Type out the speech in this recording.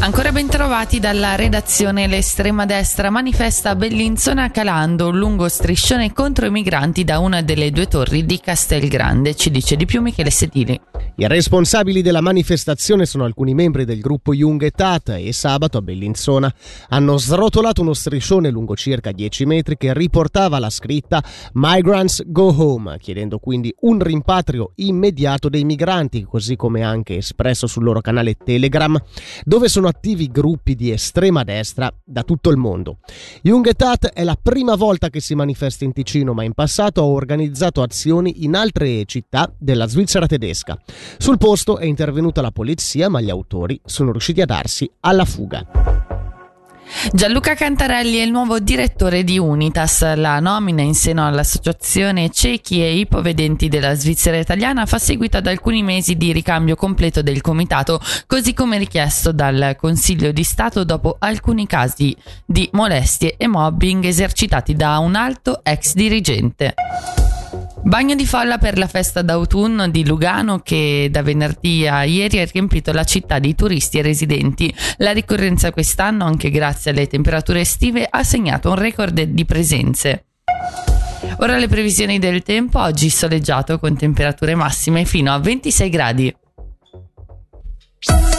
Ancora ben trovati dalla redazione. L'estrema destra manifesta a Bellinzona calando un lungo striscione contro i migranti da una delle due torri di Castelgrande. Ci dice di più Michele Sedili. I responsabili della manifestazione sono alcuni membri del gruppo Jung e Tat e sabato a Bellinzona hanno srotolato uno striscione lungo circa 10 metri che riportava la scritta Migrants Go Home, chiedendo quindi un rimpatrio immediato dei migranti, così come anche espresso sul loro canale Telegram, dove sono attivi gruppi di estrema destra da tutto il mondo. Jung e Tat è la prima volta che si manifesta in Ticino, ma in passato ha organizzato azioni in altre città della Svizzera tedesca. Sul posto è intervenuta la polizia, ma gli autori sono riusciti a darsi alla fuga. Gianluca Cantarelli è il nuovo direttore di Unitas. La nomina in seno all'associazione ciechi e ipovedenti della Svizzera italiana fa seguito ad alcuni mesi di ricambio completo del comitato, così come richiesto dal Consiglio di Stato dopo alcuni casi di molestie e mobbing esercitati da un alto ex dirigente. Bagno di folla per la festa d'autunno di Lugano che da venerdì a ieri ha riempito la città di turisti e residenti. La ricorrenza quest'anno, anche grazie alle temperature estive, ha segnato un record di presenze. Ora le previsioni del tempo: oggi soleggiato con temperature massime fino a 26 gradi.